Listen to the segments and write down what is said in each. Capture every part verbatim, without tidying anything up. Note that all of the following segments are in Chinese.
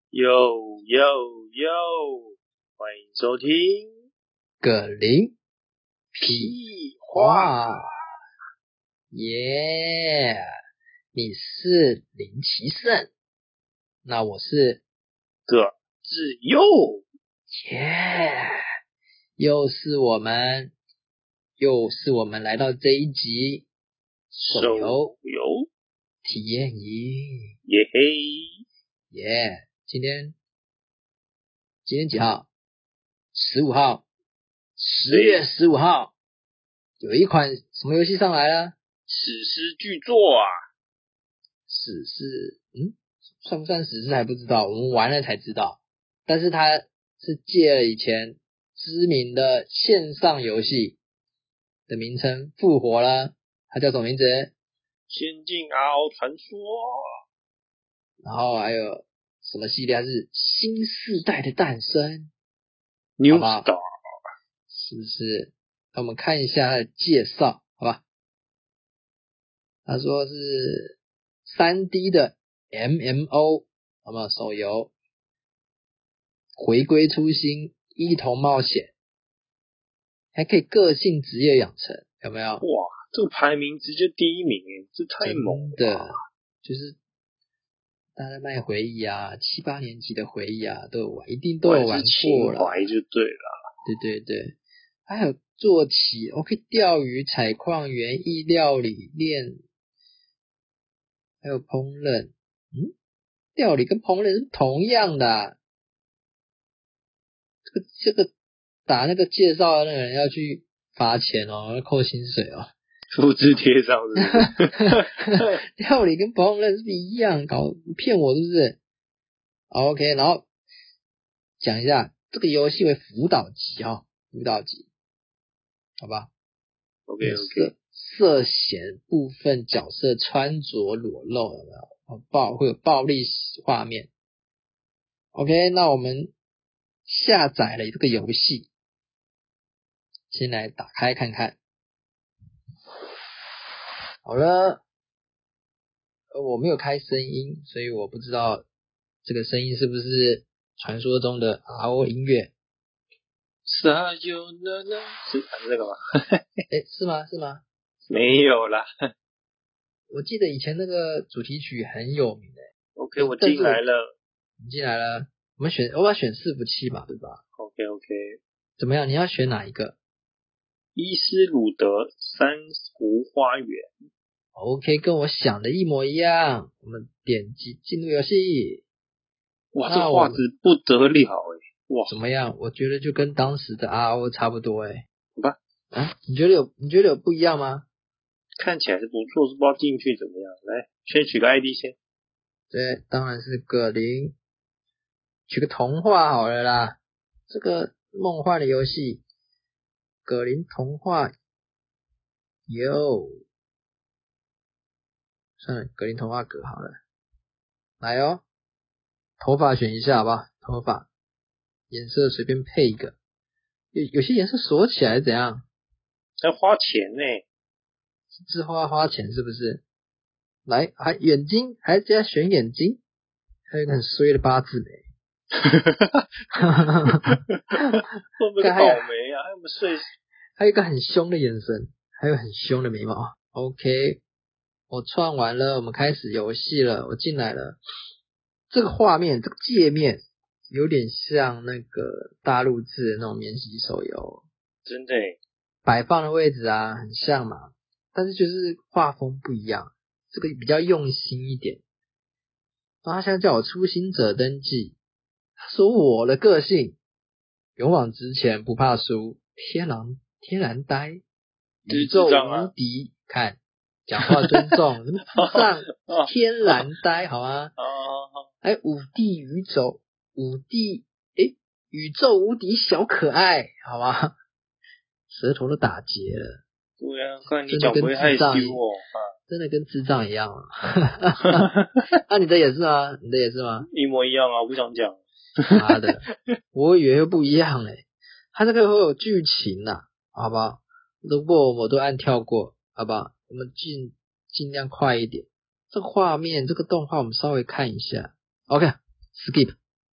哟哟哟，欢迎收听葛林屁话。 耶、yeah, 你是林奇胜，那我是葛志佑。 耶、yeah, 又是我们又是我们来到这一集手游游体验营。 耶嘿耶，今天今天几号？十五号，十月十五号，有一款什么游戏上来了？ 史诗巨作啊！ 史诗，嗯，算不算史诗还不知道，我们玩了才知道。但是它是借了以前知名的线上游戏的名称复活了，它叫什么名字？ 仙境 R O 传说。 然后还有什么系列？它是新世代的诞生 New 好吧 Star， 是不是？那我们看一下它的介绍，好吧？他说是 三 D 的 M M O， 好吗？手游回归初心，一同冒险，还可以个性职业养成，有没有？ 哇，这个排名直接第一名诶，这太猛了。 真的，就是大家卖回忆啊，七八年级的回忆啊，都有玩，一定都有玩过了。 情怀就对了。 对对对，还有做起 OK 钓鱼、采矿、园艺、料理、练，还有烹饪。嗯，料理跟烹饪是同样的、啊。这个这个打那个介绍的那个人要去罚钱哦，要扣薪水哦。 复制贴上是不是？ 料理跟烹饪是不一样，搞骗我是不是 ？OK， 然后讲一下这个游戏为辅导级哈、哦，辅导级，好吧 ？OK OK。 涉嫌部分角色穿着裸露，有没有？暴会有暴力画面。OK， 那我们下载了这个游戏，先来打开看看。好了，我没有开声音，所以我不知道这个声音是不是传说中的 R O 音乐。 撒有那那是啊这个吗？ 诶，是吗？是吗？ 没有啦。 我记得以前那个主题曲很有名诶。 OK， 我进来了。 你进来了，我们选，我要选伺服器吧，对吧 ？OK OK。 怎么样？你要选哪一个？ 伊斯鲁德珊瑚花园。 OK， 跟我想的一模一样。我们点击进入游戏。 哇，这画质不得了诶！哇， 怎么样？我觉得就跟当时的 R O 差不多诶。 好吧。 啊，你觉得有你觉得有不一样吗？ 看起来是不错，是不知道进去怎么样。来，先取个 I D 先。 对，当然是葛林。取个童话好了啦。这个梦幻的游戏，葛林童话。哟，算了，格林童话格好了。来哦，头发选一下好不好？头发颜色随便配一个，有有些颜色锁起来是怎样？ 要花钱呢、欸， 是花花钱是不是？来，还眼睛，还加选眼睛，还有一个很衰的八字眉。 会不会倒霉啊？还有没有睡？ 还有一个很凶的眼神，还有很凶的眉毛。OK， 我串完了，我们开始游戏了。我进来了，这个画面，这个界面有点像那个大陆制的那种免洗手游， 真的耶， 摆放的位置啊很像嘛，但是就是画风不一样，这个比较用心一点。然后他现在叫我初心者登记，他说我的个性勇往直前，不怕输，天然天然呆，宇宙无敌，啊、看讲话尊重，什么智障天然呆好吗？还有五 D 宇宙五 D 诶宇宙无敌小可爱好吗？舌头都打结了。 对啊，看你讲不会害羞哦， 真的跟智障一样啊。那、啊、你的也是吗？你的也是吗？ 一模一样啊，我不想讲。 妈的，我以为会不一样嘞。它这个会有剧情啊，好不好？如果我都按跳过，好不好？我们尽尽量快一点。这个画面，这个动画我们稍微看一下。OK，skip。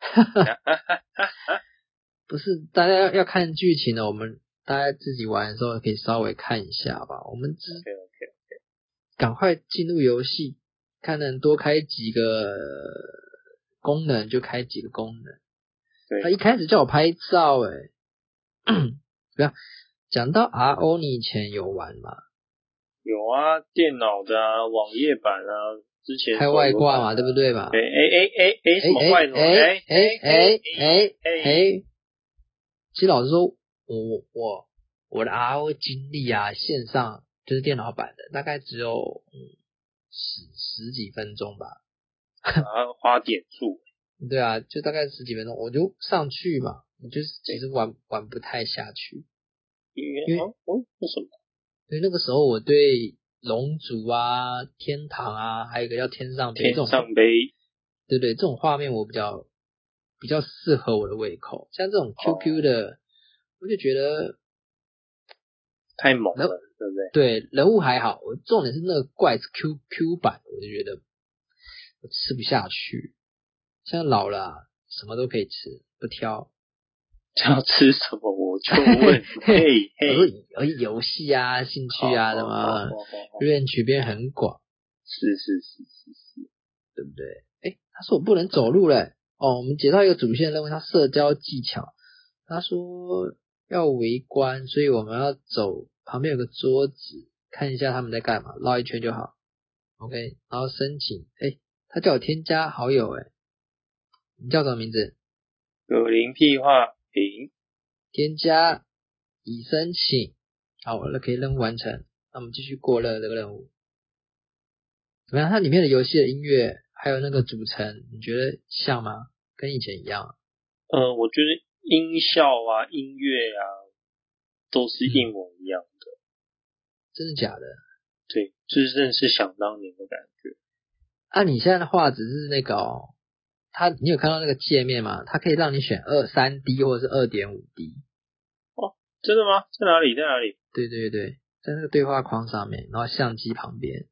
不是，大家要要看剧情的，我们大家自己玩的时候可以稍微看一下吧。我们只 OK OK OK， 赶快进入游戏，看能多开几个功能就开几个功能。 对， 他一开始叫我拍照、欸，诶不要讲到 R O， 你以前有玩吗？ 有啊，电脑的啊，网页版啊，之前开外挂嘛，对不对吧？ 对，哎哎哎哎，什么外什么？哎哎哎哎哎哎哎，其实老实说，我我我的 R O 经历啊，线上就是电脑版的，大概只有嗯十十几分钟吧。 啊，花点数。 对啊，就大概十几分钟，我就上去嘛，我就是其实玩玩不太下去，因为哦哦，为什么？ 因为那个时候我对龙族啊、天堂啊，还有一个叫天上杯这种， 天上杯， 对对，这种画面我比较比较适合我的胃口。像这种 Q Q 的， 哦、 我就觉得太猛了，对不对？ 对，人物还好，我重点是那个怪是 Q Q 版，我就觉得我吃不下去。现在老了、啊，什么都可以吃，不挑。 要吃什么我就问，嘿嘿。 而游戏啊、兴趣啊，什么认取变很广， 是是是是是， 对不对？诶，他说我不能走路了，哦，我们接到一个主线任务，他社交技巧，他说要围观，所以我们要走旁边有个桌子，看一下他们在干嘛，绕一圈就好。OK， 然后申请，诶，他叫我添加好友，诶，你叫什么名字？ 有零屁话零， 添加已申请，好，那可以任务完成，那我们继续过了这个任务。怎么样？它里面的游戏的音乐还有那个组成，你觉得像吗？跟以前一样？ 呃，我觉得音效啊、音乐啊都是一模一样的。嗯、 真的假的？ 对，就是真的是想当年的感觉。 啊，你现在的画质是那个哦，它你有看到那个界面吗？它可以让你选二三 D 或者是 二点五 D。 哦，真的吗？在哪里？在哪里？ 对对对，在那个对话框上面，然后相机旁边。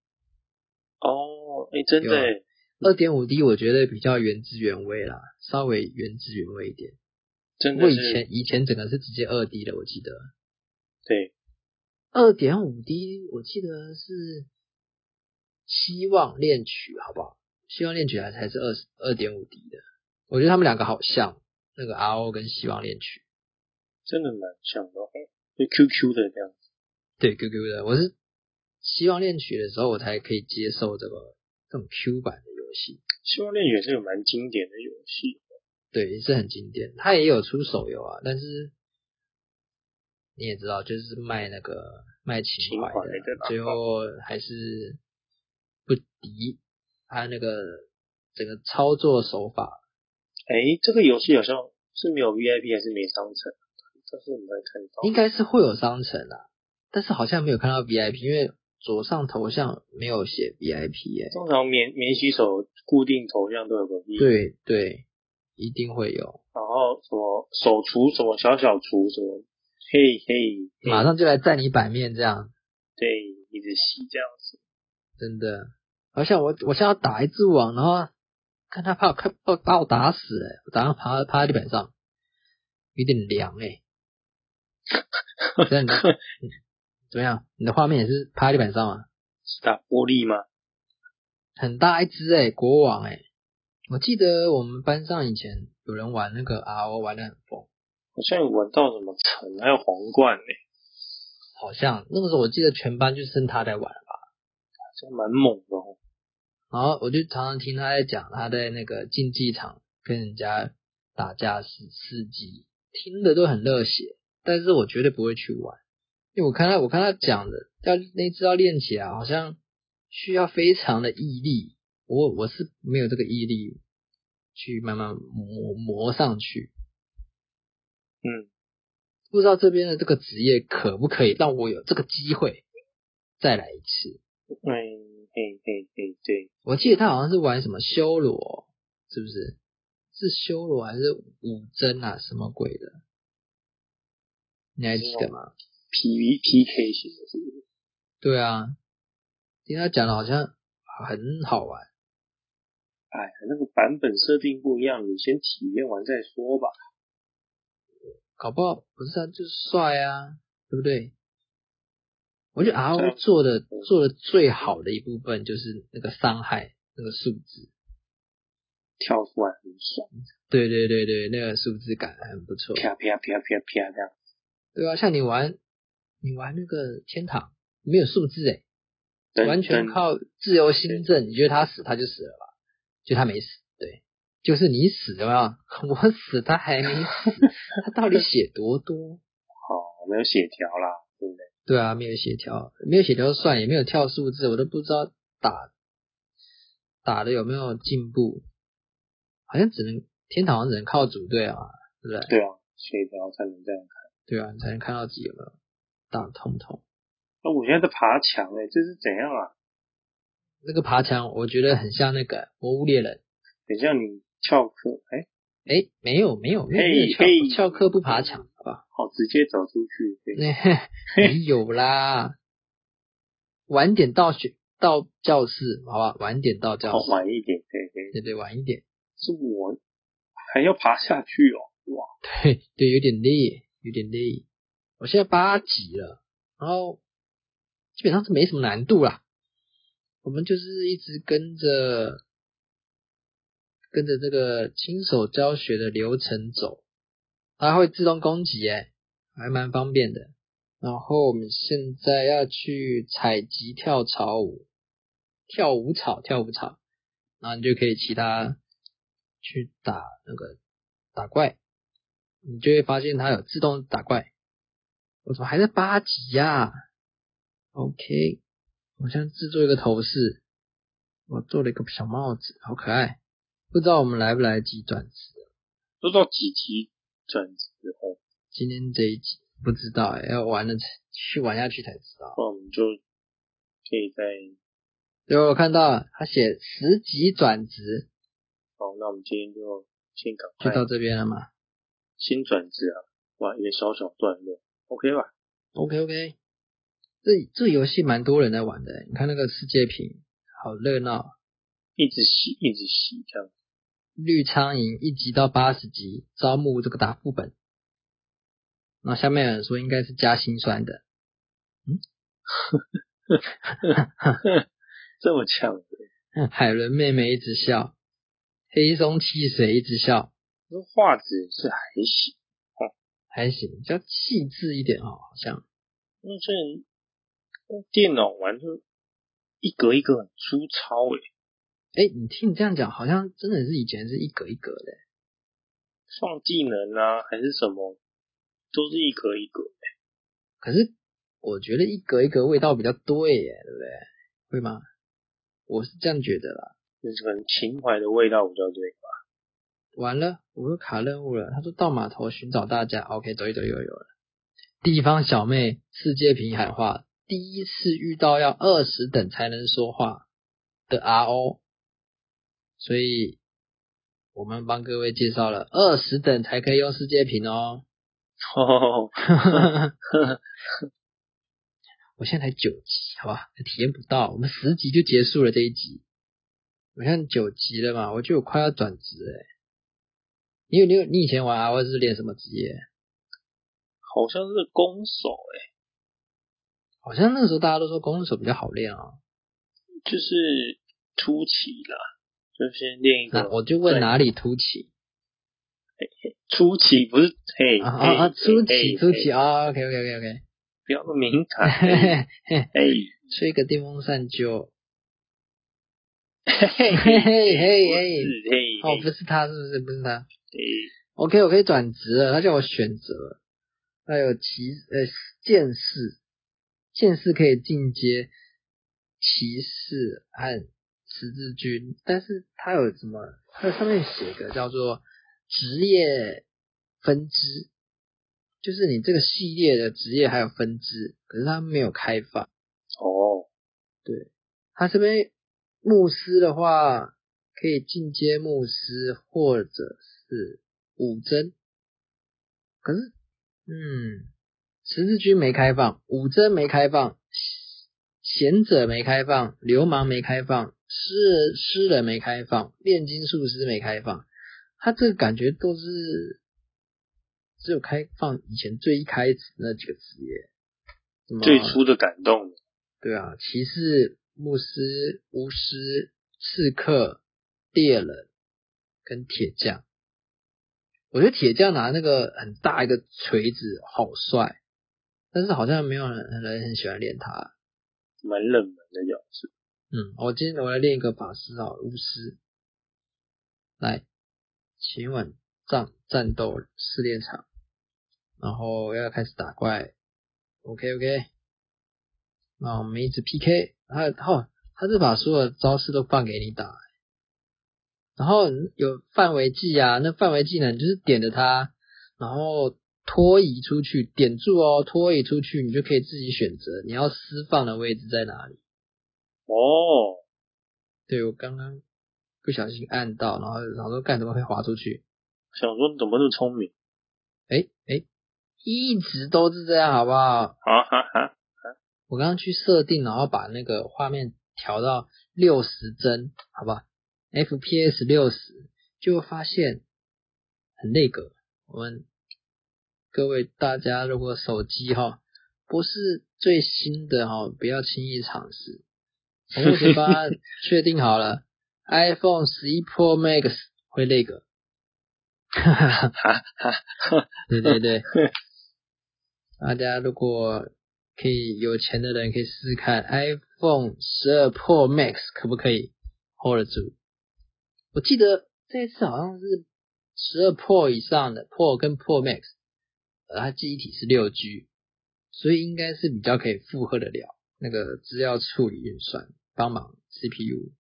哦，哎，真的诶。 二点五 D 我觉得比较原汁原味啦，稍微原汁原味一点。 真的是。 我以前以前整个是直接 二 D 的，我记得。 对。 二点五 D 我记得是希望恋曲，好不好？希望恋曲还才是 二 二点五 D 的，我觉得他们两个好像，那个 R O 跟希望恋曲。 真的蛮像的，就 Q Q 的这样子。 对 Q Q 的，我是希望恋曲的时候我才可以接受这个这种 Q 版的游戏。 希望恋曲是个蛮经典的游戏。 对，是很经典，它也有出手游啊，但是你也知道，就是卖那个卖情怀的， 的最后还是不敌它那个整个操作手法。 诶，这个游戏好像是没有 V I P 还是没商城？这是我们在看到， 应该是会有商城啊，但是好像没有看到 V I P， 因为左上头像没有写 V I P 耶、欸。 通常免免洗手固定头像都有个 V I P。 对对，一定会有。 然后什么手厨什么小小厨什么，嘿嘿， 马上就来占你版面这样。 对，一直洗这样子。 真的，好像我我现在要打一只网，然后看他怕看把把我打死哎、欸，我早上趴趴在地板上，有点凉哎、欸。这样你怎么样？你的画面也是趴在地板上吗？ 是打玻璃吗？ 很大一只哎、欸，国王哎、欸。我记得我们班上以前有人玩那个 R O 玩得很疯， 好像有玩到什么城，还有皇冠呢、欸。 好像那个时候我记得全班就剩他在玩吧， 这蛮猛的哦。 然后我就常常听他在讲他在那个竞技场跟人家打架是刺激，听的都很热血，但是我绝对不会去玩，因为我看他我看他讲的要那只要练起来好像需要非常的毅力，我我是没有这个毅力去慢慢磨磨上去。 嗯， 不知道这边的这个职业可不可以让我有这个机会再来一次。 哎嘿嘿嘿，对， 我记得他好像是玩什么修罗，是不是？是修罗还是五针啊？什么鬼的？你还记得吗 ？P V P K 型的是不是？ 对啊，听他讲的好像很好玩。 哎，那个版本设定不一样，你先体验完再说吧。 搞不好不是啊，就是帅啊，对不对？我觉得 R O 这做的做的最好的一部分就是那个伤害那个数字， 跳出来很爽。 对对对对，那个数字感很不错。 啪啪啪啪啪这样。 对啊，像你玩你玩那个天堂没有数字诶，完全靠自由心证，你觉得他死他就死了吧？就他没死，对，就是你死了嘛，我死他还没死，他到底血多多？ 好，没有血条啦，对不对？ 对啊，没有血条，没有血条算，也没有跳数字，我都不知道打打的有没有进步，好像只能天堂好像只能靠组队啊，对不对？ 对啊，血条才能这样看。 对啊，你才能看到自己有没有打得痛不痛。 那、啊、我现在在爬墙诶，这是怎样啊？ 那个爬墙我觉得很像那个魔物猎人， 很像你翘课，哎哎，没有没有没有没有翘翘课不爬墙，好吧？ 好，直接走出去。 没有啦，晚点到学到教室，好吧？晚点到教室， 哦、晚一点，对对对对，晚一点。 是我还要爬下去哦，哇！ 对对，有点累，有点累。我现在八级了，然后基本上是没什么难度啦。我们就是一直跟着跟着这个亲手教学的流程走，它会自动攻击诶，还蛮方便的。然后我们现在要去采集跳槽舞，跳舞草，跳舞草，然后你就可以骑它去打那个打怪，你就会发现它有自动打怪。我怎么还在八级呀、啊、？OK， 我现在制作一个头饰，我做了一个小帽子，好可爱。不知道我们来不来得及转职？ 不知道几级转职哦。 今天这一集不知道哎、欸，要玩了去玩下去才知道。 那我们就可以在。 对，我看到他写十级转职。 好，那我们今天就先赶快就到这边了嘛。 先转职啊，哇，一个小小段落 ，OK 吧 ？OK OK，这这游戏蛮多人在玩的，你看那个世界屏，好热闹， 一直洗，一直洗这样。 绿苍蝇一级到八十级，招募这个打副本。那下面有人说应该是加心酸的，嗯， 这么强的。 海伦妹妹一直笑，黑松汽水一直笑。 这画质是还行，哦， 还行，比较细致一点哦，好像。 因为这用电脑玩就一格一格很粗糙诶。 哎，你听你这样讲，好像真的是以前是一格一格的。 放技能啊，还是什么，都是一格一格的。 可是我觉得一格一格味道比较对耶，对不对？会吗？我是这样觉得啦。 就是可能情怀的味道比较对吧。 完了，我又卡任务了。他说到码头寻找大家 ，OK， 走一走又有了。地方小妹世界屏喊话，第一次遇到要二十等才能说话的 R O， 所以我们帮各位介绍了二十等才可以用世界屏哦。 哦， 我现在才九级，好吧，体验不到，我们十级就结束了这一集。我现在九级了嘛，我觉得我快要转职了。你有你有你以前玩 R O 是练什么职业？ 好像是弓手诶， 好像那个时候大家都说弓手比较好练啊。 就是突起啦，就先练一个。 那我就问哪里突起？ 初期不是嘿啊啊啊！初期初期啊 ，OK OK OK OK， 不要那么敏感。哎， 吹个电风扇就， 嘿嘿嘿嘿嘿嘿， 哦，不是他，是不是？不是他。 嘿 OK， 我可以转职了，他叫我选择。还有骑呃剑士，剑士可以进阶骑士和十字军，但是他有什么？它上面写个叫做职业分支，就是你这个系列的职业还有分支，可是它没有开放。 哦， 对，他这边牧师的话可以进阶牧师或者是武僧，可是嗯，十字军没开放，武僧没开放， 贤者没开放，流氓没开放，诗诗人没开放，炼金术师没开放，他这个感觉都是只有开放以前最一开始那几个职业， 最初的感动。 对啊，骑士、牧师、巫师、刺客、猎人跟铁匠。我觉得铁匠拿那个很大一个锤子好帅，但是好像没有人人很喜欢练他， 蛮冷门的角色。 嗯，我今天我来练一个法师啊，巫师。来，前往战战斗试炼场，然后要开始打怪。OK OK， 那我们一直 P K， 他哦，他这把所有的招式都放给你打，然后有范围技啊，那范围技能就是点着它，然后拖移出去，点住哦，拖移出去，你就可以自己选择你要施放的位置在哪里。 哦， 对，我刚刚不小心按到，然后然后说干什么会滑出去？ 想说怎么那么聪明？ 诶诶，一直都是这样，好不好？ 哈哈哈。 我刚刚去设定，然后把那个画面调到六十帧，好吧 ？F P S 六十，就会发现很那个。我们各位大家如果手机哈不是最新的哈，不要轻易尝试。我目前帮他确定好了，iPhone 十一 Pro Max 会那个。哈哈哈，对对对，大家如果可以有钱的人可以试试看 iPhone 十二 Pro Max 可不可以 hold 得住。我记得这一次好像是十二 Pro 以上的 Pro 跟 Pro Max， 呃，它记忆体是 六 G， 所以应该是比较可以负荷得了那个资料处理运算帮忙 C P U。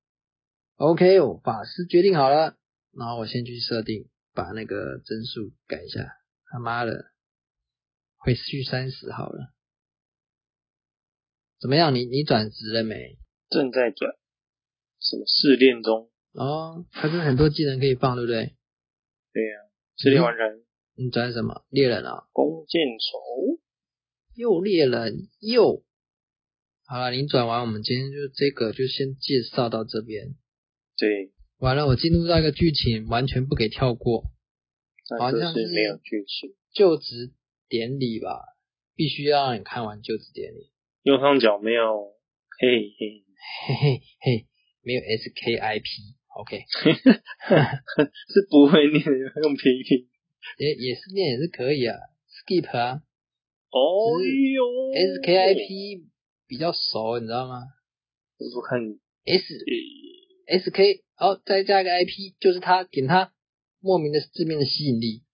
OK， 我法师决定好了，然后我先去设定把那个帧数改一下，他妈的会去三十好了。怎么样？你你转职了没？ 正在转，什么试炼中？ 哦，它是很多技能可以放，对不对？ 对呀、啊，试炼完成。 你转什么？猎人啊？ 弓箭手。 又猎人又。好了，你转完，我们今天就这个就先介绍到这边。 对。 完了，我进入到一个剧情，完全不给跳过，好像是没有剧情。 就职典礼吧，必须要让你看完就职典礼。 右上角没有，嘿嘿嘿嘿嘿，没有 S K I P。OK， 是不会念的，用拼音。 也也是念也是可以啊 ，skip 啊。 哦哟 ，S K I P 比较熟，你知道吗？ 我不看 S S K， 哦，再加一个 I P， 就是它，点它莫名的字面的吸引力。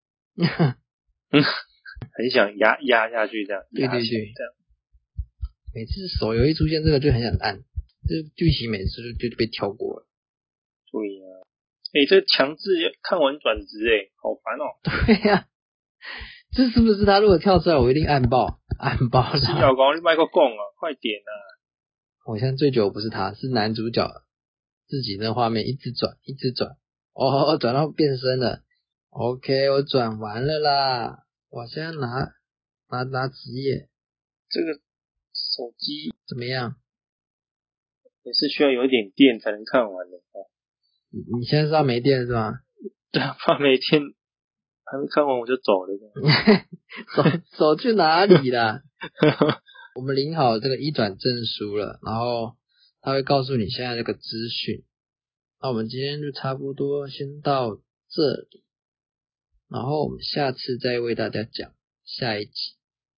很想压压下去这样。 对对对，这样。每次手游一出现这个就很想按，这剧情每次就就被跳过了。 对啊，诶、欸，这强制看完转职诶，好烦哦。 对呀、啊，这是不是他如果跳出来，我一定按爆，按爆他。 是老公，你麦克讲啊，快点啊！ 我现在最久不是他，是男主角自己那画面一直转，一直转，哦，转到变身了。OK， 我转完了啦，我现在拿拿拿职业。 这个手机怎么样？ 也是需要有一点电才能看完的哦。 你你现在是要没电是吧？ 对啊，怕没电还没看完我就走了。 走走去哪里啦？我们领好这个一转证书了，然后他会告诉你现在这个资讯。那我们今天就差不多先到这里，然后我们下次再为大家讲下一集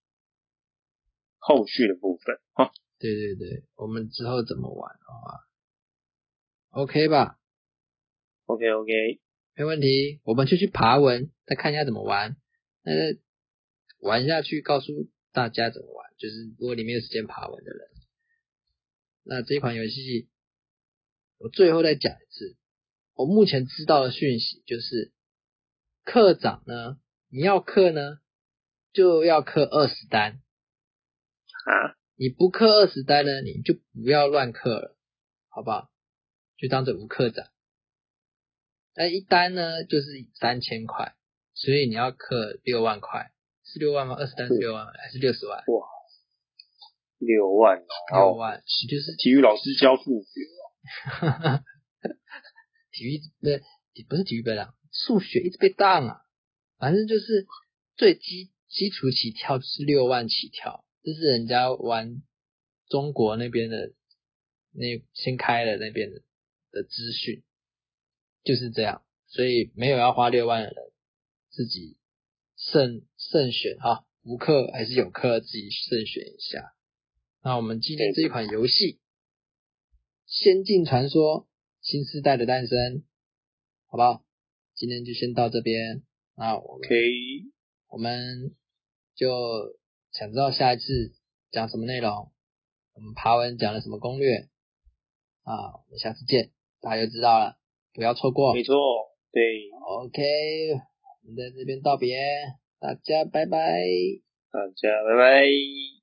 后续的部分。哦， 对对对，我们之后怎么玩好吧 ？OK 吧 ？OK OK， 没问题，我们就去爬文，再看一下怎么玩。那玩下去告诉大家怎么玩，就是如果你没有时间爬文的人，那这款游戏我最后再讲一次。我目前知道的讯息就是，课长呢，你要氪呢，就要氪二十单啊， 你不氪二十单呢，你就不要乱氪了，好不好？就当做无课长。那一单呢就是三千块，所以你要氪六万块，是六万吗？二十单是六万还是六十万？ 哇， 六万哦， 六万，你就是体育老师教数学哦。体育不是不是体育班长，数学一直被当啊。反正就是最基基础起跳就是六万起跳，这是人家玩中国那边的那先开了那边的的资讯，就是这样。所以没有要花六万的人，自己慎慎选哈，无课还是有课自己慎选一下。那我们今天这一款游戏《仙境传说：新世代的诞生》，好不好？今天就先到这边。那我们 ，OK， 我们就想知道下一次讲什么内容，我们爬文讲了什么攻略啊？我们下次见，大家就知道了，不要错过。 没错，对 OK，我们在这边道别，大家拜拜。 大家拜拜。